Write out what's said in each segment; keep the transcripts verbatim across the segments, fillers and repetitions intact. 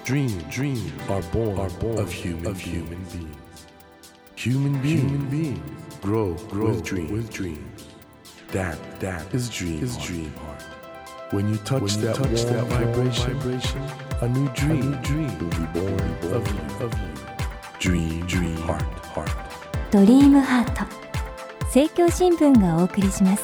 Dreams, dreams are born, are born of human, of human beings. Human beings, human beings grow, grow with dreams. With dreams. That, that is dream, is dream heart. When you touch, when you that, touch warm, that vibration, vibration, a new dream, a new dream will be born, born of you, of you. Dream, dream heart, heart. ドリームハート政教新聞がお送りします。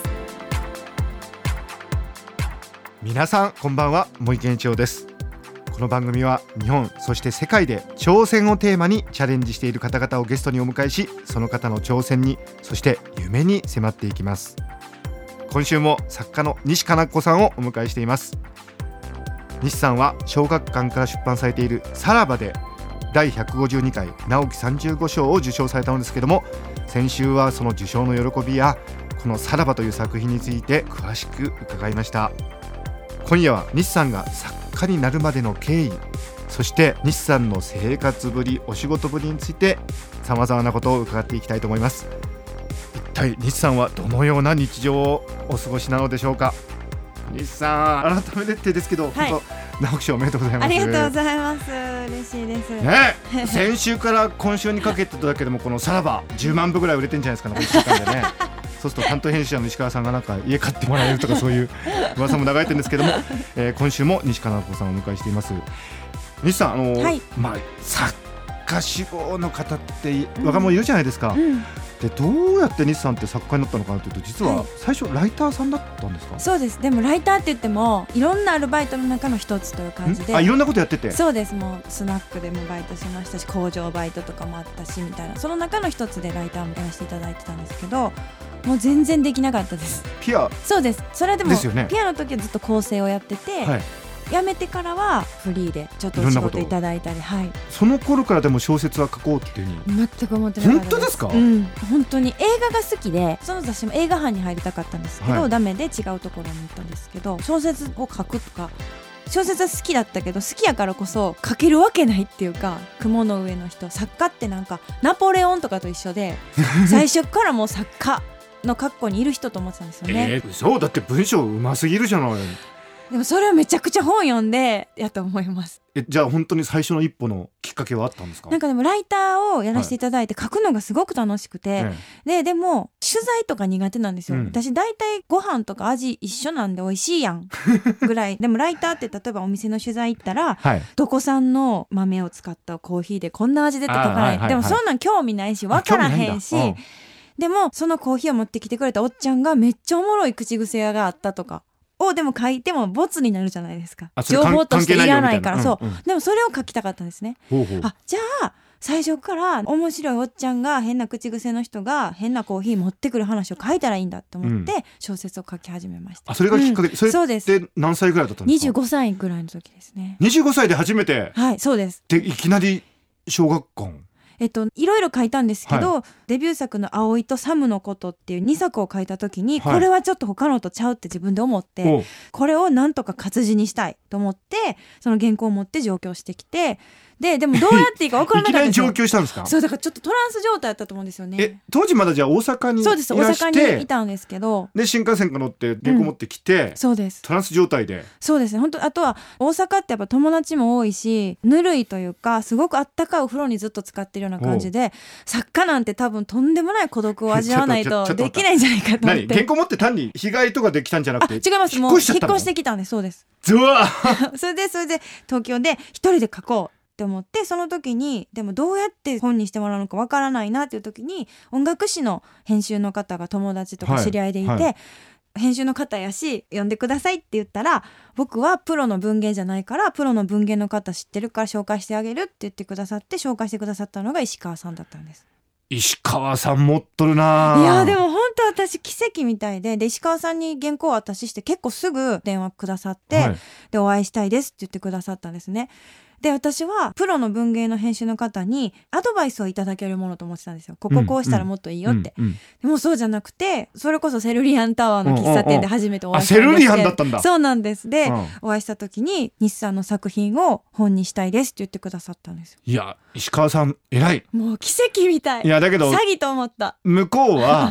皆さんこんばんは、森健一郎です。この番組は日本そして世界で挑戦をテーマにチャレンジしている方々をゲストにお迎えし、その方の挑戦にそして夢に迫っていきます。今週も作家の西加奈子さんをお迎えしています。西さんは小学館から出版されているさらばでだいひゃくごじゅうにかい直木さんじゅうご賞を受賞されたのですけども、先週はその受賞の喜びやこのさらばという作品について詳しく伺いました。今夜は西さんが作家になるまでの経緯、そして西さんの生活ぶり、お仕事ぶりについてさまざまなことを伺っていきたいと思います。一体西さんはどのような日常をお過ごしなのでしょうか。西さん、改めてですけど、はい、本当直木賞おめでとうございます。 ありがとうございます。嬉しいですね。先週から今週にかけてだけでもこのさらばじゅうまんぶぐらい売れてんじゃないですかね、このいっしゅうかんでね。そうすると担当編集者の石川さんがなんか家買ってもらえるとかそういう噂も流れてるんですけども、えー、今週も西加奈子さんをお迎えしています。西さん、あのーはい、まあ、作家志望の方って若者いるじゃないですか、うんうん、でどうやって西さんって作家になったのかなというと、実は最初ライターさんだったんですか。はい、 そうです。でもライターって言ってもいろんなアルバイトの中の一つという感じで、 あ、いろんなことやってて。 そうです。もうスナックでもバイトしましたし、工場バイトとかもあったしみたいな、その中の一つでライターもやらせていただいてたんですけど、もう全然できなかったです。 ピア。 そうです。それでもですよね。 ピアの時はずっと構成をやってて、はい、辞めてからはフリーでちょっとお仕事いただいたり、はい、 その頃からでも小説は書こうっていうふうに全く思ってなかったです。 本当ですか。 うん、本当に映画が好きで、その雑誌も映画班に入りたかったんですけど、はい、ダメで違うところに行ったんですけど、小説を書くとか、小説は好きだったけど好きやからこそ書けるわけないっていうか、雲の上の人、作家ってなんかナポレオンとかと一緒で最初からもう作家の格好にいる人と思ってたんですよね。 えー、そうだって文章うますぎるじゃない。 でもそれはめちゃくちゃ本読んでやと思います。 え、じゃあ本当に最初の一歩のきっかけはあったんですか。 なんかでもライターをやらせていただいて書くのがすごく楽しくて、はい、で, でも取材とか苦手なんですよ、うん、私大体ご飯とか味一緒なんで美味しいやんぐらいでもライターって例えばお店の取材行ったら、はい、どこ産の豆を使ったコーヒーでこんな味でって書かない、はいはいはい、でもそんなん興味ないし分からへんし、でもそのコーヒーを持ってきてくれたおっちゃんがめっちゃおもろい口癖があったとかをでも書いてもボツになるじゃないですか。情報としていらないから、そう、うんうん、でもそれを書きたかったんですね。ほうほう。あ、じゃあ最初から面白いおっちゃんが変な口癖の人が変なコーヒー持ってくる話を書いたらいいんだと思って小説を書き始めました。 あ、それがきっかけ、うん、それって何歳ぐらいだったんですか。にじゅうごさいぐらいの時ですね。 にじゅうごさいで初めて。 はい、そうです。 でいきなり小学館。 えっと、いろいろ書いたんですけど、はい、デビュー作の葵とサムのことっていうにさくを書いた時に、はい、これはちょっと他のとちゃうって自分で思って、これをなんとか活字にしたいと思ってその原稿を持って上京してきて、ででもどうやっていいか分からなかったんですよ。 いきなり上京したんですか。 そうだからちょっとトランス状態だったと思うんですよね。 え、当時まだじゃあ大阪にいらして。 そうです、大阪にいたんですけど、 で新幹線から乗って原稿持ってきて、うん、 そうです、 トランス状態で。 そうですね。本当あとは大阪ってやっぱ友達も多いしぬるいというかすごくあったかいお風呂にずっと使ってるような感じで、作家なんて多分とんでもない孤独を味わわないとできないんじゃないかと思って。 何、原稿持って単に日帰りとかできたんじゃなくて。 違います、もう引っ越してきたんです。そうです。 うわそれでそれで東京で一人で書こうって思って、その時にでもどうやって本にしてもらうのかわからないなっていう時に、音楽誌の編集の方が友達とか知り合いでいて、はいはい、編集の方やし読んでくださいって言ったら、僕はプロの文芸じゃないからプロの文芸の方知ってるから紹介してあげるって言ってくださって、紹介してくださったのが石川さんだったんです。 石川さん持っとるな。 いやでも本当私奇跡みたいで、で石川さんに原稿を渡しして結構すぐ電話くださって、はい、でお会いしたいですって言ってくださったんですね。で私はプロの文芸の編集の方にアドバイスをいただけるものと思ってたんですよ。こここうしたらもっといいよって、うんうん、でもそうじゃなくて、それこそセルリアンタワーの喫茶店で初めてお会いしたんです。 あ、セルリアンだったんだ。 そうなんです。で、 うん、 お会いした時に西さんの作品を本にしたいですって言ってくださったんですよ。 いや石川さん偉い。 もう奇跡みたい。 いやだけど詐欺と思った。 向こうは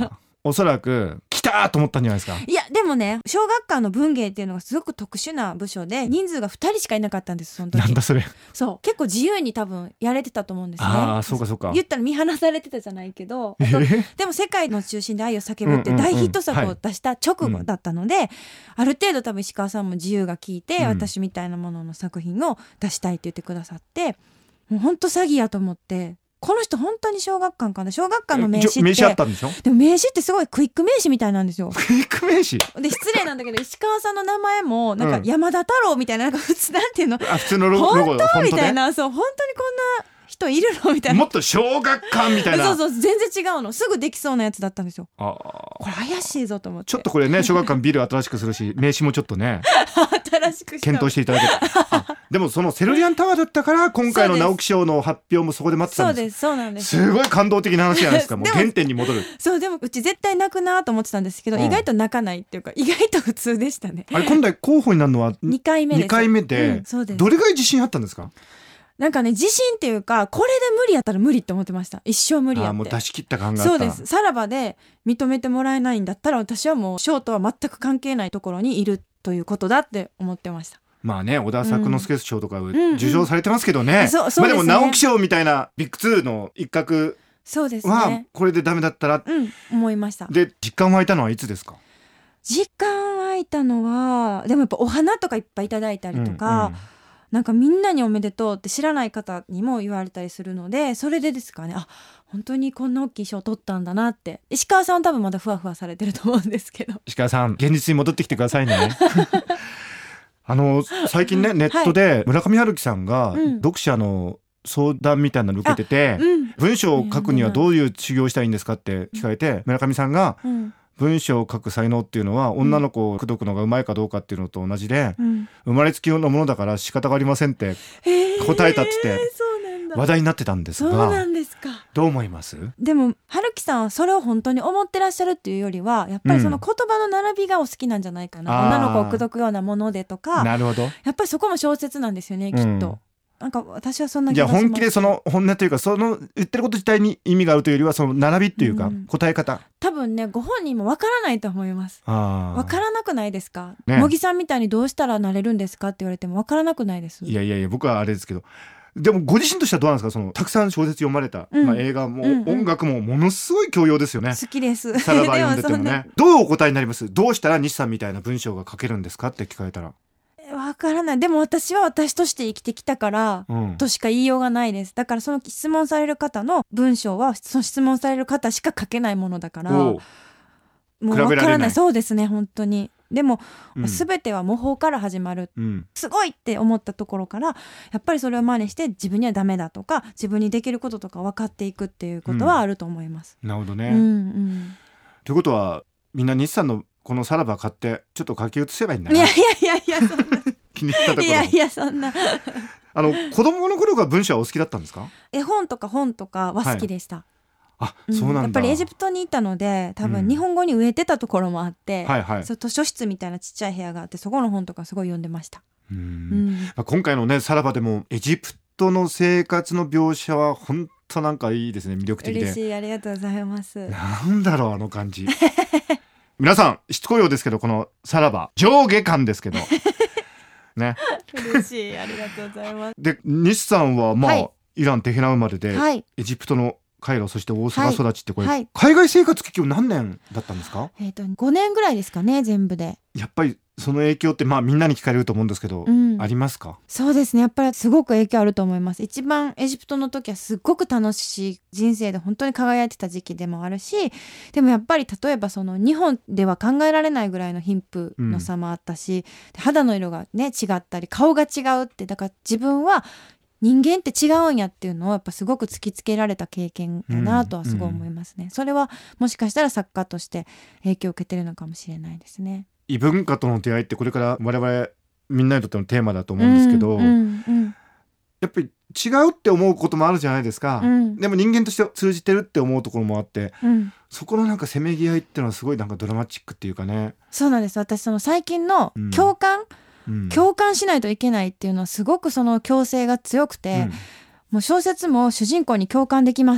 おそらく来たーと思ったんじゃないですか。 いやでもね、小学館の文芸っていうのがすごく特殊な部署で人数がふたりしかいなかったんです、その時。 なんだそれ。 そう結構自由に多分やれてたと思うんですね。 ああそうかそうか。 言ったら見放されてたじゃないけど、 えあとーでも世界の中心で愛を叫ぶっていう大ヒット作を出した直後だったので、ある程度多分石川さんも自由が利いて、 うん私みたいなものの作品を出したいって言ってくださって、もう本当詐欺やと思って、この人本当に小学館かな、小学館の名刺って名刺あったんでしょ。 でも名刺ってすごいクイック名刺みたいなんですよ。 クイック名刺で失礼なんだけど石川さんの名前もなんか山田太郎みたいな、なんか普通なんていうの、 あ普通のロゴ本当フォントでみたいな、そう本当にこんな人いるのみたいな。 もっと小学館みたいな。 そうそう全然違うの、すぐできそうなやつだったんですよ。 あこれ怪しいぞと思って、 ちょっとこれね、小学館ビル新しくするし名刺もちょっとね新しくした検討していただけたでもそのセルリアンタワーだったから今回の直木賞の発表もそこで待ってたんです。 そうですそうなんです。 すごい感動的な話じゃないですか。もうでも原点に戻る。 そうでもうち絶対泣くなと思ってたんですけど、 うん意外と泣かないっていうか意外と普通でしたね。 あれ今度候補になるのはにかいめです。 にかいめで、 うんそうです。 どれぐらい自信あったんですか。 なんかね自信っていうか、これで無理やったら無理って思ってました。一生無理やって。 あもう出し切った感があった。 そうです。さらばで認めてもらえないんだったら、私はもう賞とは全く関係ないところにいるということだって思ってました。 まあね、小田作之助賞とかんうん受賞されてますけどね、 うんそうそうですね。 まあでも直木賞みたいなビッグツーの一角そうですはね。 これでダメだったら、 うん思いました。 で実感湧いたのはいつですか。 実感湧いたのはでもやっぱお花とかいっぱいいただいたりとか、 うんうんなんかみんなにおめでとうって知らない方にも言われたりするので、それでですかね、あ本当にこんな大きい賞取ったんだなって。石川さんは多分まだふわふわされてると思うんですけど、 石川さん現実に戻ってきてくださいねあの最近ねネットで村上春樹さんがうん読者の相談みたいなの受けてて、 うん文章を書くにはどういう修行をしたらいいんですかって聞かれて、村上さんがうん文章を書く才能っていうのは女の子を口説くのがうまいかどうかっていうのと同じで、 うん生まれつきのものだから仕方がありませんって答えたっつってえーそうなんだ。 話題になってたんですそうなが、 んですか。 どう思います？ でも春樹さんはそれを本当に思ってらっしゃるっていうよりは、やっぱりその言葉の並びがお好きなんじゃないかな、 うん女の子を口説くようなものでとか、 なるほど。 やっぱりそこも小説なんですよね、きっと、 うんなんか私はそんな気じゃあがします。 本気でその本音というかその言ってること自体に意味があるというよりはその並びっていうかうん答え方、 多分ねご本人もわからないと思います。 あーわからなくないですか、 ね茂木さんみたいにどうしたらなれるんですかって言われてもわからなくないです。 いやいやいや僕はあれですけど、でもご自身としてはどうなんですか。そのたくさん小説読まれた、 うんまあ、映画も、 うんうん音楽もものすごい教養ですよね。 好きですさらば読んでてもでもそんなねどうお答えになります？どうしたら西さんみたいな文章が書けるんですかって聞かれたら、 わからない。でも私は私として生きてきたからうんとしか言いようがないです。だからその質問される方の文章はその質問される方しか書けないものだから、 おうもうわ比べられないからない。そうですね本当に。でも、 うん全ては模倣から始まる、 うんすごいって思ったところからやっぱりそれを真似して自分にはダメだとか自分にできることとか分かっていくっていうことはあると思います。 なるほどね、 うんうんということはみんな西さんのこのさらば買ってちょっと書き写せばいいんだな。 いやいやいやいやそんな気に入ったところいやいやそんなあの子供の頃が文章はお好きだったんですか？ 絵本とか本とかは好きでした、 あ、 うんそうなんだ。 やっぱりエジプトにいたので多うん分日本語に植えてたところもあって、 はいはい。 そう図書室みたいなちっちゃい部屋があってそこの本とかすごい読んでました。 うんうんまあ今回のねさらばでもエジプトの生活の描写は本当なんかいいですね、魅力的で。 嬉しい、ありがとうございます。 なんだろうあの感じ皆さんしつこいようですけどこのさらば上下感ですけどね。 嬉しい、ありがとうございます。 で西さんはまあ、 はいイランテヘラン生まれで、 はい、 エジプトのカイロそして大阪育ちってこれ、 はい海外生活結局何年だったんですか？ えっとごねんぐらいですかね全部で。 やっぱりその影響ってまあみんなに聞かれると思うんですけど、 うんありますか？ そうですね、やっぱりすごく影響あると思います。一番エジプトの時はすっごく楽しい人生で本当に輝いてた時期でもあるし、でもやっぱり例えばその日本では考えられないぐらいの貧富の差もあったし、で肌の色がね違ったり顔が違うって、だから自分は人間って違うんやっていうのをやっぱすごく突きつけられた経験だなとはすごい思いますね、うん、それはもしかしたら作家として影響を受けてるのかもしれないですね。 異文化との出会いってこれから我々みんなにとってのテーマだと思うんですけど、 うんうんうん、 やっぱり違うって思うこともあるじゃないですか、 うん、 でも人間として通じてるって思うところもあって、 うん、 そこのなんかせめぎ合いっていうのはすごいなんかドラマチックっていうかね。 そうなんです。私その最近の共感、うんうん、共感しないといけないっていうのはすごくその強制が強くて、うん、もう小説も主人公に共感できません、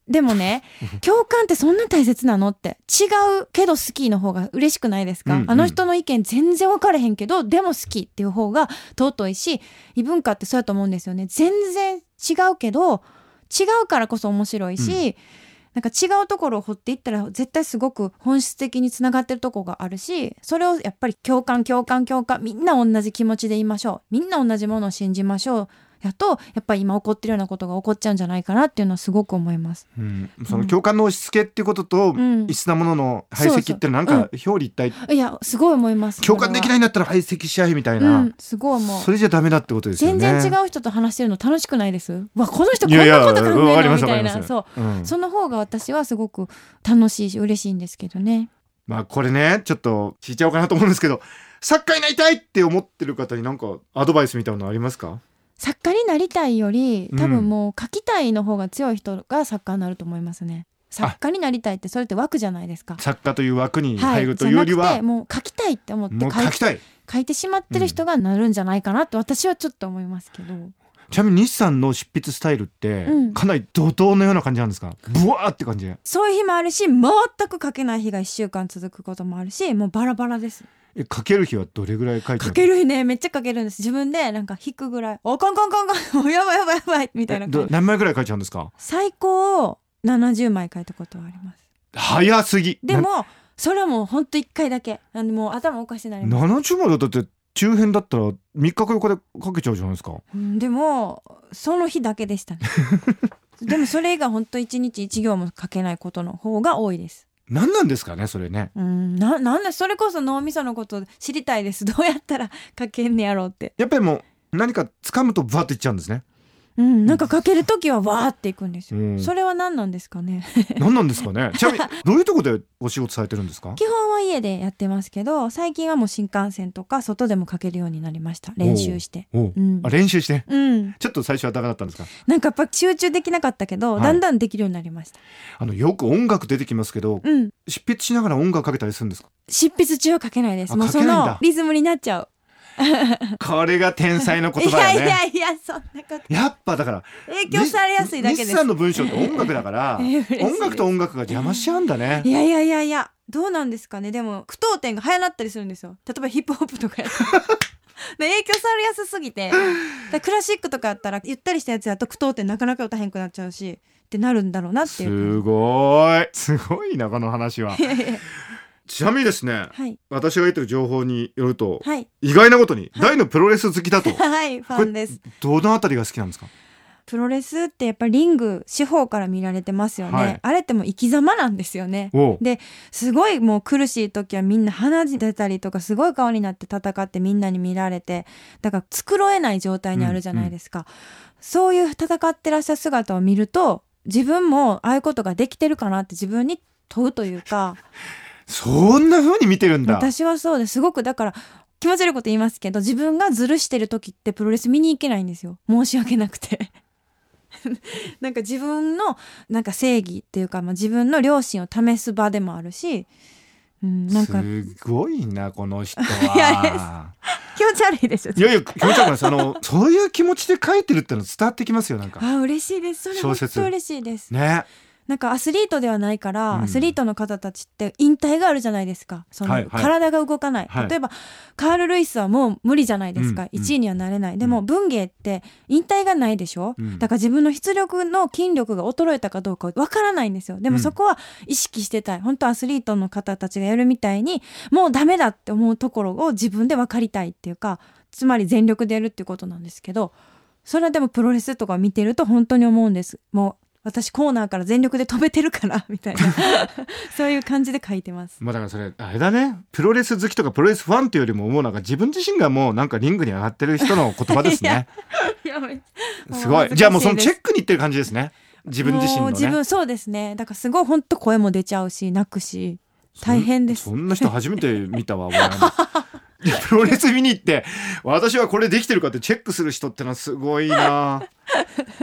でもね共感ってそんな大切なのって違うけど好きの方が嬉しくないですか、うんうん、あの人の意見全然分かれへんけどでも好きっていう方が尊いし異文化ってそうやと思うんですよね。全然違うけど違うからこそ面白いし、うん、なんか違うところを掘っていったら絶対すごく本質的につながってるところがあるしそれをやっぱり共感共感共感みんな同じ気持ちでいましょうみんな同じものを信じましょうやとやっぱり今起こってるようなことが起こっちゃうんじゃないかなっていうのはすごく思います、 うん、その共感の押し付けっていうことと、うん、異質なものの排斥ってなんか表裏一体、 うん、いやすごい思います。 共感できないんだったら排斥し合いみたいな、うん、 すごいもうそれじゃダメだってことですよね。 全然違う人と話してるの楽しくないです。わこの人こんなこと考えるのみたいなそう、うん、その方が私はすごく楽しいし嬉しいんですけどね。 まあこれねちょっと聞いちゃおうかなと思うんですけど作家になりたいって思ってる方になんかアドバイスみたいなのありますか？ 作家になりたいより多分もう書きたいの方が強い人が作家になると思いますね。作家になりたいってそれって枠じゃないですか。 作家という枠に入るというよりは、はい、 じゃなくてもう書きたいって思ってもう書きたい書いてしまってる人がなるんじゃないかなって私はちょっと思いますけど、うん、 ちなみに西さんの執筆スタイルってかなり怒涛のような感じなんですか？ブワーって感じで。 そういう日もあるし全く書けない日がいっしゅうかん続くこともあるしもうバラバラです。 え書ける日はどれぐらい書いてる？ 書ける日ねめっちゃ書けるんです。自分でなんか引くぐらいおコンコンコンコンもうやばいやばいやばいみたいな感じ。 何枚ぐらい書いちゃうんですか？ 最高ななじゅうまい書いたことはあります。 早すぎ。 でもそれはもうほんといっかいだけなんでもう頭おかしになります。 ななじゅうまいだって中編だったらみっかかよっかで書けちゃうじゃないですか、 うん、でもその日だけでしたねでもそれ以外ほんといちにちいち行も書けないことの方が多いです。 何なんですかねそれね。 うん、ななんでそれこそ脳みそのこと知りたいです。どうやったら書けんねやろうって。 やっぱりもう何か掴むとバーッといっちゃうんですね。 うん、なんか書けるときはわーっていくんですよ、うん、それは何なんですかね何なんですかね。ちなみにどういうところでお仕事されてるんですか？ 基本は家でやってますけど最近はもう新幹線とか外でも書けるようになりました。練習して、 うん、あ練習して、 うん、 ちょっと最初はダメだったんですか？ なんかやっぱ集中できなかったけど、はい、だんだんできるようになりました。 あのよく音楽出てきますけど、うん、執筆しながら音楽かけたりするんですか？ 執筆中は書けないです。もうそのリズムになっちゃうこれが天才の言葉よね。 いやいやいやそんなことやっぱだから影響されやすいだけです。 西さんの文章って音楽だから音楽と音楽が邪魔しちゃうんだね。 いやいやいやいやどうなんですかね。でも句読点が早なったりするんですよ。例えばヒップホップとかやで影響されやすすぎてだクラシックとかやったらゆったりしたやつやと句読点なかなか歌へんくなっちゃうしってなるんだろうなっていう。 すごいすごいなこの話はちなみにですね、はい、私が得てる情報によると、はい、意外なことに大のプロレス好きだと、 はい、ファンです。 どのあたりが好きなんですか？ プロレスってやっぱりリング四方から見られてますよね、はい、あれってもう生き様なんですよね。ですごいもう苦しい時はみんな鼻血出たりとかすごい顔になって戦ってみんなに見られてだから繕えない状態にあるじゃないですか、うんうん、そういう戦ってらっしゃる姿を見ると自分もああいうことができてるかなって自分に問うというかそんな風に見てるんだ。 私はそうです。すごくだから気持ち悪いこと言いますけど自分がズルしてる時ってプロレス見に行けないんですよ。申し訳なくてなんか自分のなんか正義っていうか、まあ、自分の良心を試す場でもあるし、うん、なんかすごいなこの人は気持ち悪いでしょ。 いやいや気持ち悪いです。あのそういう気持ちで書いてるっての伝わってきますよ。なんかあ嬉しいです。それ本当嬉しいですね。 なんかアスリートではないから、うん、アスリートの方たちって引退があるじゃないですか。その、はいはい、体が動かない、はい、例えばカール・ルイスはもう無理じゃないですか、うん、いちいにはなれない、うん、でも文芸って引退がないでしょ、うん、だから自分の出力の筋力が衰えたかどうかわからないんですよ。でもそこは意識してたい。本当アスリートの方たちがやるみたいにもうダメだって思うところを自分で分かりたいっていうかつまり全力でやるっていうことなんですけどそれはでもプロレスとか見てると本当に思うんです。もう私コーナーから全力で飛べてるからみたいなそういう感じで書いてます。 まあだからそれあれだねプロレス好きとかプロレスファンっていうよりも思うなんか自分自身がもうなんかリングに上がってる人の言葉ですねいやいやすごい。じゃあもうそのチェックに行ってる感じですね自分自身のね。 自分そうですね。だからすごい本当声も出ちゃうし泣くし大変です。 そ ん, そんな人初めて見たわプロレス見に行って私はこれできてるかってチェックする人ってのはすごいな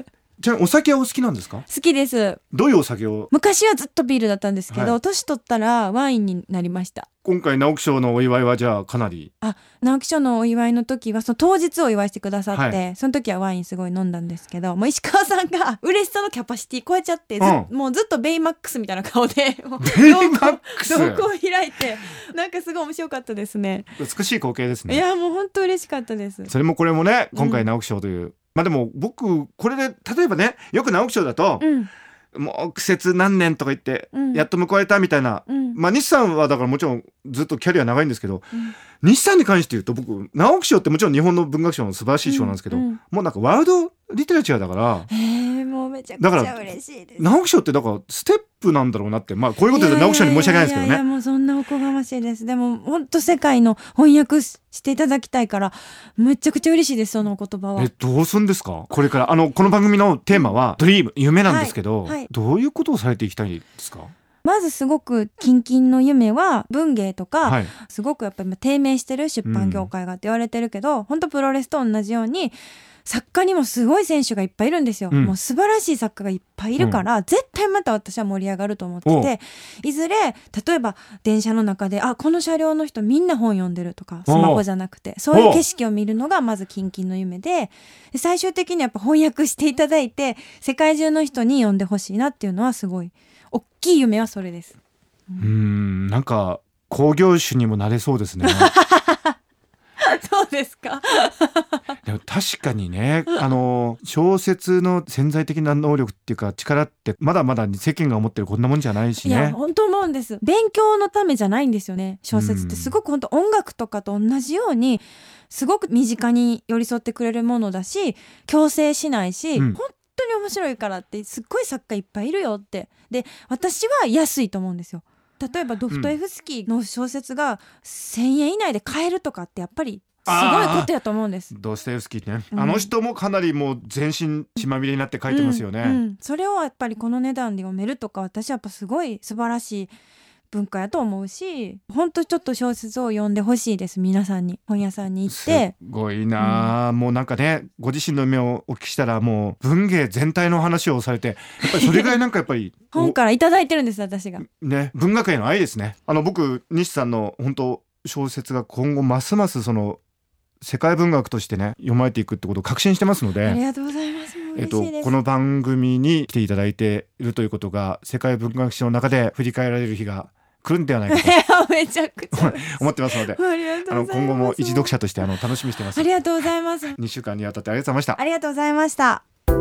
じゃあお酒はお好きなんですか？ 好きです。 どういうお酒を？ 昔はずっとビールだったんですけど、 はい、 年取ったらワインになりました。 今回直木賞のお祝いはじゃあかなり。 あ、直木賞のお祝いの時はその当日お祝いしてくださって、はい、その時はワインすごい飲んだんですけど、もう石川さんが嬉しさのキャパシティ超えちゃって、うん、もうずっとベイマックスみたいな顔でベイマックス瞳孔を開いて、なんかすごい面白かったですね。 美しい光景ですね。 いやもう本当嬉しかったです。 それもこれもね、今回直木賞という、うん、まあでも僕これで例えばね、よく直木賞だと、うんもう苦節何年とか言ってやっと報われたみたいな、うん、まあ西さんはだからもちろんずっとキャリア長いんですけど、うん、西さんに関して言うと僕直木賞ってもちろん日本の文学賞の素晴らしい賞なんですけど、うんうん、もうなんかワールドリテラチャーだからへーもうめちゃくちゃ嬉しいです。 直木賞ってだからステップなんだろうなって、まあこういうことで直木賞に申し訳ないですけどね。 いやいやいやもうそんなおこがましいです。でも本当世界の翻訳していただきたいからめちゃくちゃ嬉しいです。そのお言葉は。 えどうするんですかこれから。あのこの番組のテーマはドリーム夢なんですけど、はいはい、どういうことをされていきたいですか？ まずすごく近々の夢は文芸とか、はい、すごくやっぱり低迷してる出版業界がって言われてるけど、うん、本当プロレスと同じように作家にもすごい選手がいっぱいいるんですよ、うん、もう素晴らしい作家がいっぱいいるから、うん、絶対また私は盛り上がると思ってて、いずれ例えば電車の中であこの車両の人みんな本読んでるとかスマホじゃなくてそういう景色を見るのがまず近々の夢で、で最終的にやっぱ翻訳していただいて世界中の人に読んでほしいなっていうのはすごい大きい夢はそれです。 うーんなんか興行主にもなれそうですねそうですかでも確かにね、あの小説の潜在的な能力っていうか力ってまだまだ世間が思ってるこんなもんじゃないしね。 いや本当思うんです。勉強のためじゃないんですよね。小説ってすごく本当音楽とかと同じようにすごく身近に寄り添ってくれるものだし強制しないし、うん、本当に面白いからってすっごい作家いっぱいいるよって。で私は安いと思うんですよ。例えばドストエフスキーの小説がせんえん以内で買えるとかってやっぱりすごいことやと思うんです。 ドストエフスキーね、うん、あの人もかなりもう全身血まみれになって書いてますよね、 うんうん、それをやっぱりこの値段で読めるとか私はやっぱすごい素晴らしい文化やと思うし、本当ちょっと小説を読んでほしいです。皆さんに本屋さんに行って。 すごいな、うん、もうなんかねご自身の夢をお聞きしたらもう文芸全体の話をされてやっぱりそれぐらいなんかやっぱり本からいただいてるんです私がね。文学への愛ですね。あの僕西さんの本当小説が今後ますますその世界文学としてね読まれていくってことを確信してますので、 ありがとうございます。もう嬉しいです。 えっと、この番組に来ていただいているということが世界文学史の中で振り返られる日が来るんではないかとめちゃくちゃ思ってますのであの今後も一読者としてあの楽しみにしてます。 ありがとうございます。 にしゅうかんにわたってありがとうございました。 ありがとうございました。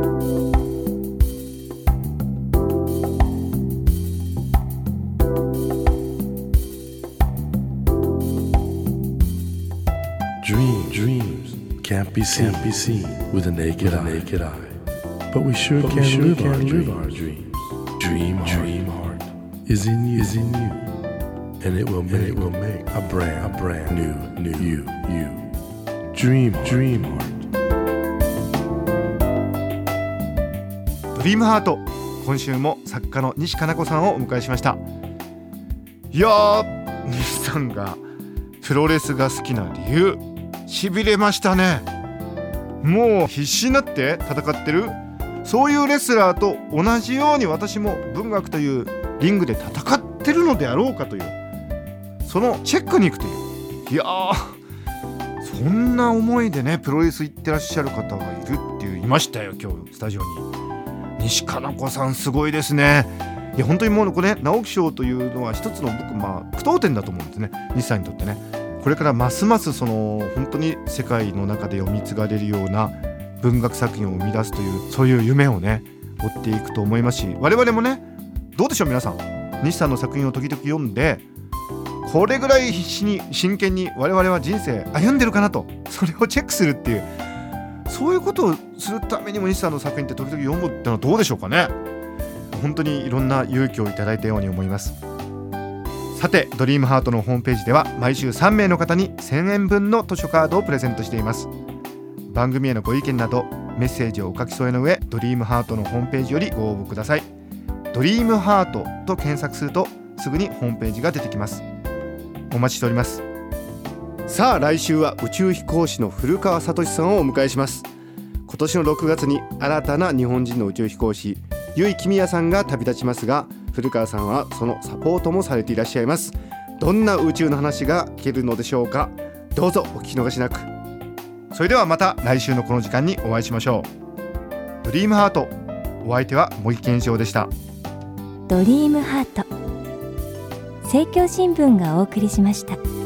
Dreams, dreams can't be seen, can't be seen with a naked, with a naked eye. eye. But we sure but can, we sure live, can our live our dreams. Dream, dream heart is in you, is in you, and it will make, and it will make a brand, a brand new, new you, you. Dream, dream heart. ドリームハート。今週も作家の西加奈子さんをお迎えしました。いやー、西さんがプロレスが好きな理由。しびれましたね。もう必死になって戦ってるそういうレスラーと同じように私も文学というリングで戦ってるのであろうかというそのチェックに行くという、いやーそんな思いでねプロレス行ってらっしゃる方がいるっていういましたよ今日スタジオに。西加奈子さんすごいですね。いや本当にもうこれ、ね、直木賞というのは一つの僕まあ句読点だと思うんですね西さんにとってね。これからますますその本当に世界の中で読み継がれるような文学作品を生み出すというそういう夢をね追っていくと思いますし、我々もねどうでしょう皆さん、西さんの作品を時々読んでこれぐらい必死に真剣に我々は人生歩んでるかなとそれをチェックするっていうそういうことをするためにも西さんの作品って時々読むってのはどうでしょうかね。本当にいろんな勇気をいただいたように思います。さてドリームハートのホームページでは毎週さんめいの方にせんえんぶんの図書カードをプレゼントしています。番組へのご意見などメッセージをお書き添えの上ドリームハートのホームページよりご応募ください。ドリームハートと検索するとすぐにホームページが出てきます。お待ちしております。さあ来週は宇宙飛行士の古川聡さんをお迎えします。 今年のろくがつに新たな日本人の宇宙飛行士油井亀美也さんが旅立ちますが、古川さんはそのサポートもされていらっしゃいます。どんな宇宙の話が聞けるのでしょうか。どうぞお聞き逃しなく。それではまた来週のこの時間にお会いしましょう。ドリームハート、お相手は茂木健一郎でした。 ドリームハート、政教新聞がお送りしました。